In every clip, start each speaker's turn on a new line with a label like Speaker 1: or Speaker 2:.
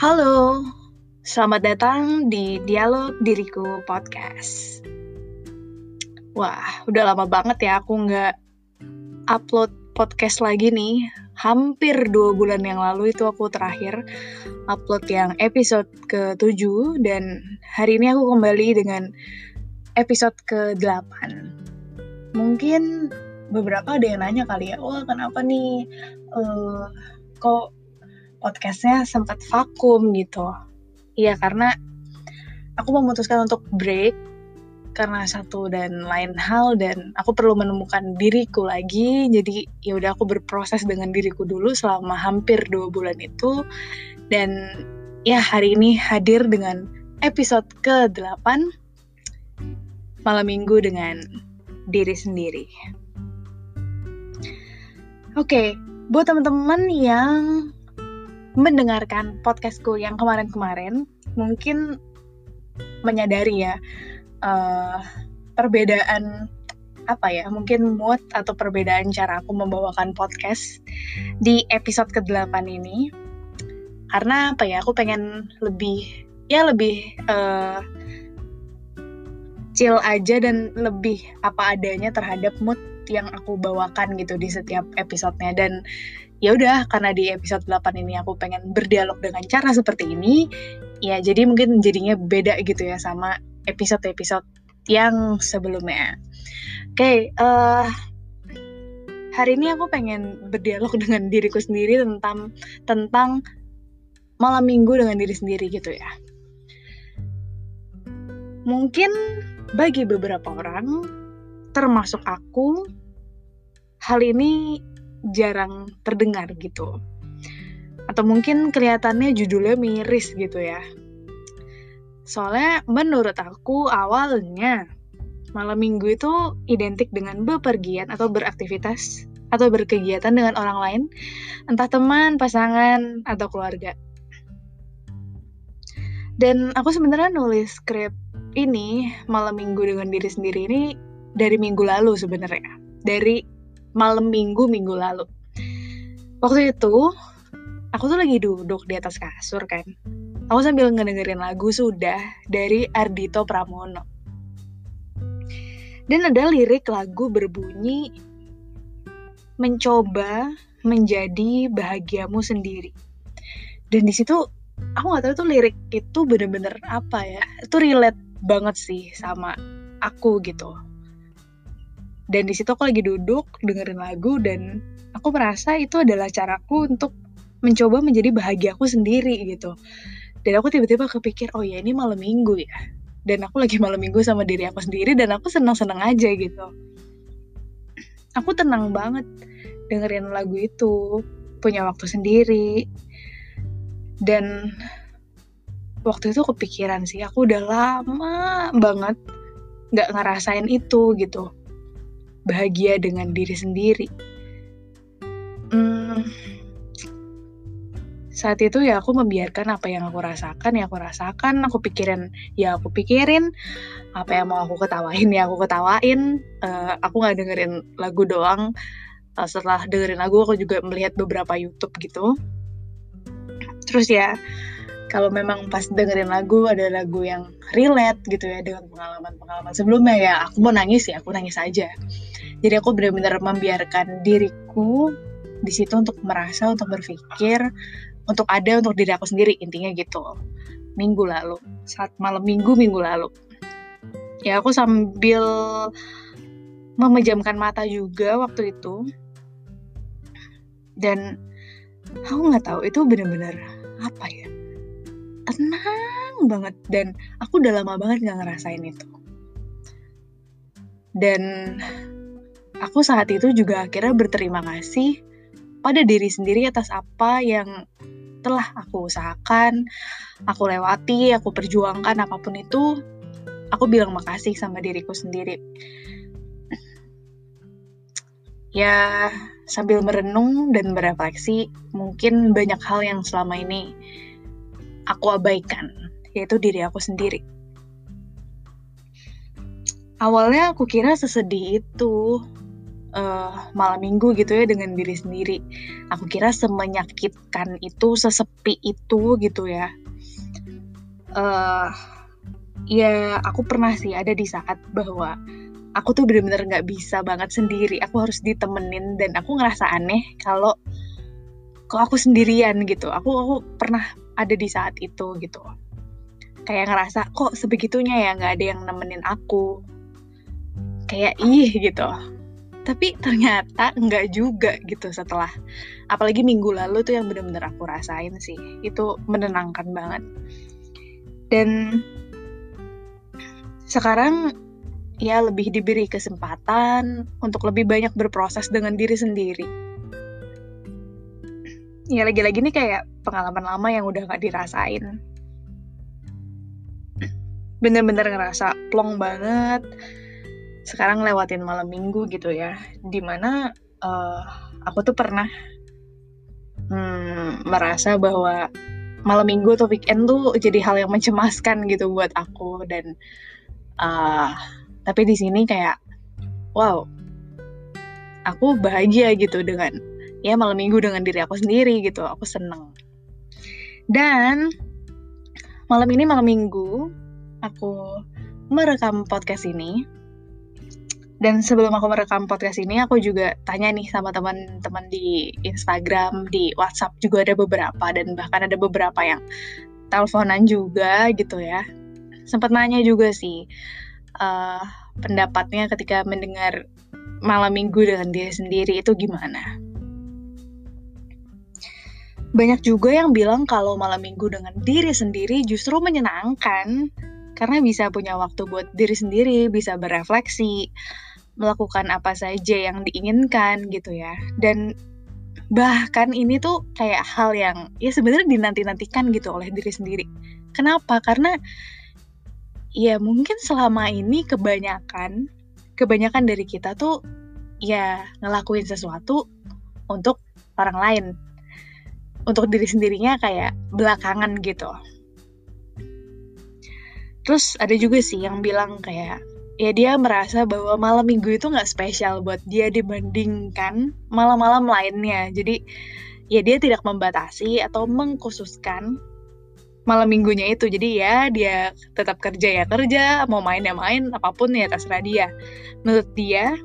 Speaker 1: Halo, selamat datang di Dialog Diriku Podcast. Wah, udah lama banget ya aku nggak upload podcast lagi nih. Hampir 2 bulan yang lalu itu aku terakhir upload yang episode ke-7 dan hari ini aku kembali dengan episode ke-8. Mungkin beberapa ada yang nanya kali ya, wah kenapa nih kok podcastnya sempat vakum gitu. Iya, karena aku memutuskan untuk break karena satu dan lain hal dan aku perlu menemukan diriku lagi. Jadi ya udah aku berproses dengan diriku dulu selama hampir 2 bulan itu. Dan ya hari ini hadir dengan episode ke-8 Malam Minggu dengan diri sendiri. Oke, buat teman-teman yang mendengarkan podcastku yang kemarin-kemarin mungkin menyadari ya perbedaan mungkin mood atau perbedaan cara aku membawakan podcast di episode ke-8 ini. Karena aku pengen lebih chill aja dan lebih apa adanya terhadap mood yang aku bawakan gitu di setiap episodenya. Dan ya udah, karena di episode 8 ini aku pengen berdialog dengan cara seperti ini, ya jadi mungkin jadinya beda gitu ya sama episode-episode yang sebelumnya. Oke, hari ini aku pengen berdialog dengan diriku sendiri tentang malam minggu dengan diri sendiri gitu ya. Mungkin bagi beberapa orang, termasuk aku, hal ini jarang terdengar gitu. Atau mungkin kelihatannya judulnya miris gitu ya. Soalnya menurut aku awalnya malam minggu itu identik dengan bepergian atau beraktivitas atau berkegiatan dengan orang lain, entah teman, pasangan, atau keluarga. Dan aku sebenarnya nulis skrip ini malam minggu dengan diri sendiri ini dari minggu lalu sebenarnya. Dari malam minggu lalu. Waktu itu aku tuh lagi duduk di atas kasur kan. Aku sambil ngedengerin lagu Sudah dari Ardhito Pramono. Dan ada lirik lagu berbunyi, mencoba menjadi bahagiamu sendiri. Dan di situ aku nggak tahu tuh lirik itu bener-bener apa ya. Itu relate banget sih sama aku gitu. Dan di situ aku lagi duduk dengerin lagu dan aku merasa itu adalah caraku untuk mencoba menjadi bahagiaku sendiri gitu. Dan aku tiba-tiba kepikir, oh ya ini malam minggu ya. Dan aku lagi malam minggu sama diri aku sendiri dan aku senang-senang aja gitu. Aku tenang banget dengerin lagu itu, punya waktu sendiri. Dan waktu itu kepikiran sih, aku udah lama banget gak ngerasain itu gitu. Bahagia dengan diri sendiri. Saat itu ya aku membiarkan apa yang aku rasakan, aku pikirin, apa yang mau aku ketawain, aku ketawain. Aku gak dengerin lagu doang. Setelah dengerin lagu, aku juga melihat beberapa YouTube gitu. Terus ya, kalau memang pas dengerin lagu, ada lagu yang relate gitu ya, dengan pengalaman-pengalaman sebelumnya ya, aku mau nangis ya, aku nangis aja. Jadi aku benar-benar membiarkan diriku di situ untuk merasa, untuk berpikir, untuk ada untuk diri aku sendiri, intinya gitu. Minggu lalu, saat malam minggu lalu. Ya aku sambil memejamkan mata juga waktu itu. Dan aku gak tahu itu benar-benar apa ya. Tenang banget dan aku udah lama banget gak ngerasain itu. Dan aku saat itu juga akhirnya berterima kasih pada diri sendiri atas apa yang telah aku usahakan, aku lewati, aku perjuangkan, apapun itu, aku bilang makasih sama diriku sendiri. Ya, sambil merenung dan berefleksi, mungkin banyak hal yang selama ini aku abaikan, yaitu diri aku sendiri. Awalnya aku kira sesedih itu malam minggu gitu ya dengan diri sendiri. Aku kira semenyakitkan itu, sesepi itu gitu ya. Ya aku pernah sih ada di saat bahwa aku tuh bener-bener nggak bisa banget sendiri. Aku harus ditemenin dan aku ngerasa aneh kalau kok aku sendirian gitu. Aku pernah ada di saat itu gitu. Kayak ngerasa kok sebegitunya ya nggak ada yang nemenin aku. Kayak gitu. Tapi ternyata enggak juga gitu setelah. Apalagi minggu lalu tuh yang bener-bener aku rasain sih. Itu menenangkan banget. Dan sekarang ya lebih diberi kesempatan untuk lebih banyak berproses dengan diri sendiri. Ya lagi-lagi nih kayak pengalaman lama yang udah gak dirasain. Bener-bener ngerasa plong banget. Sekarang lewatin malam minggu gitu ya. Dimana aku tuh pernah merasa bahwa malam minggu atau weekend tuh jadi hal yang mencemaskan gitu buat aku. Dan tapi di sini kayak wow, aku bahagia gitu dengan ya malam minggu dengan diri aku sendiri gitu. Aku seneng. Dan malam minggu aku merekam podcast ini. Dan sebelum aku merekam podcast ini, aku juga tanya nih sama teman-teman di Instagram, di WhatsApp juga ada beberapa, dan bahkan ada beberapa yang teleponan juga gitu ya. Sempat nanya juga sih pendapatnya ketika mendengar malam minggu dengan diri sendiri itu gimana. Banyak juga yang bilang kalau malam minggu dengan diri sendiri justru menyenangkan, karena bisa punya waktu buat diri sendiri, bisa berefleksi, melakukan apa saja yang diinginkan gitu ya. Dan bahkan ini tuh kayak hal yang ya sebenarnya dinanti-nantikan gitu oleh diri sendiri. Kenapa? Karena ya mungkin selama ini kebanyakan dari kita tuh ya ngelakuin sesuatu untuk orang lain. Untuk diri sendirinya kayak belakangan gitu. Terus ada juga sih yang bilang kayak ya dia merasa bahwa malam minggu itu gak spesial buat dia dibandingkan malam-malam lainnya. Jadi ya dia tidak membatasi atau mengkhususkan malam minggunya itu. Jadi ya dia tetap kerja ya kerja, mau main ya main, apapun ya terserah dia. Menurut dia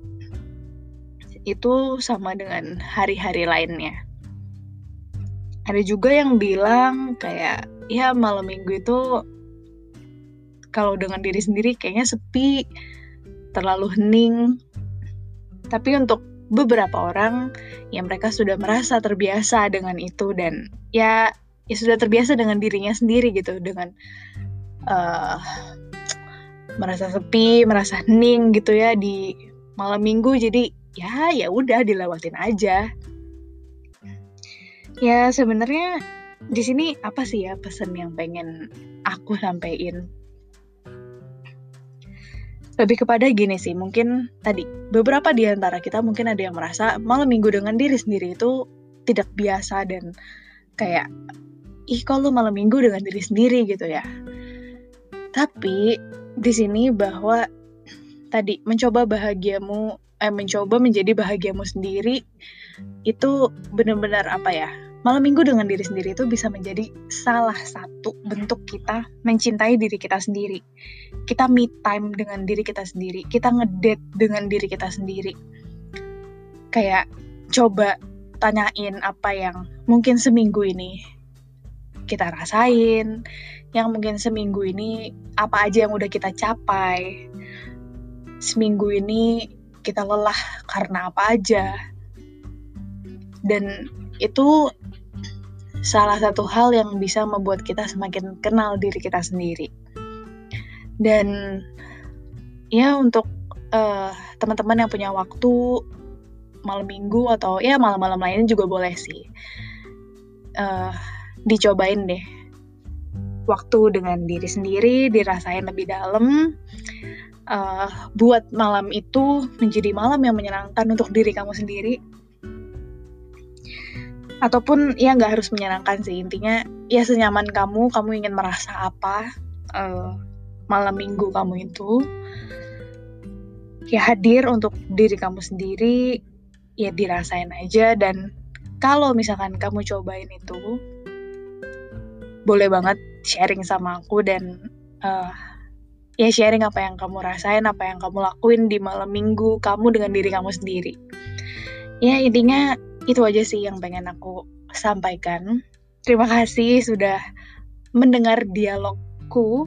Speaker 1: itu sama dengan hari-hari lainnya. Ada juga yang bilang kayak ya malam minggu itu kalau dengan diri sendiri kayaknya sepi, terlalu hening. Tapi untuk beberapa orang ya mereka sudah merasa terbiasa dengan itu dan ya sudah terbiasa dengan dirinya sendiri gitu, dengan merasa sepi, merasa hening gitu ya di malam minggu. Jadi ya udah dilewatin aja. Ya sebenarnya di sini apa sih ya pesan yang pengen aku sampein? Lebih kepada gini sih, mungkin tadi beberapa di antara kita mungkin ada yang merasa malam minggu dengan diri sendiri itu tidak biasa dan kayak kok lu malam minggu dengan diri sendiri gitu ya. Tapi di sini bahwa tadi mencoba menjadi bahagiamu sendiri itu benar-benar apa ya? Malam minggu dengan diri sendiri itu bisa menjadi salah satu bentuk kita mencintai diri kita sendiri. Kita me time dengan diri kita sendiri. Kita ngedate dengan diri kita sendiri. Kayak coba tanyain apa yang mungkin seminggu ini kita rasain. Yang mungkin seminggu ini apa aja yang udah kita capai. Seminggu ini kita lelah karena apa aja. Dan itu salah satu hal yang bisa membuat kita semakin kenal diri kita sendiri. Dan ya untuk teman-teman yang punya waktu malam minggu atau ya malam-malam lainnya juga boleh sih. Dicobain deh waktu dengan diri sendiri, dirasain lebih dalam. Buat malam itu menjadi malam yang menyenangkan untuk diri kamu sendiri. Ataupun ya gak harus menyenangkan sih, intinya ya senyaman kamu ingin merasa apa malam minggu kamu itu. ya hadir untuk diri kamu sendiri, ya dirasain aja. Dan kalau misalkan kamu cobain itu, boleh banget sharing sama aku dan ya sharing apa yang kamu rasain, apa yang kamu lakuin di malam minggu kamu dengan diri kamu sendiri. Ya intinya itu aja sih yang pengen aku sampaikan. Terima kasih sudah mendengar dialogku.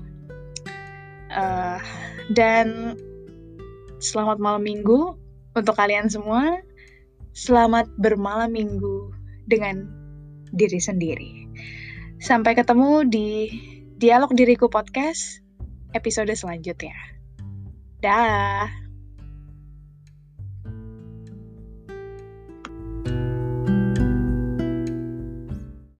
Speaker 1: Dan selamat malam minggu untuk kalian semua. Selamat bermalam minggu dengan diri sendiri. Sampai ketemu di Dialog Diriku Podcast episode selanjutnya. Dah.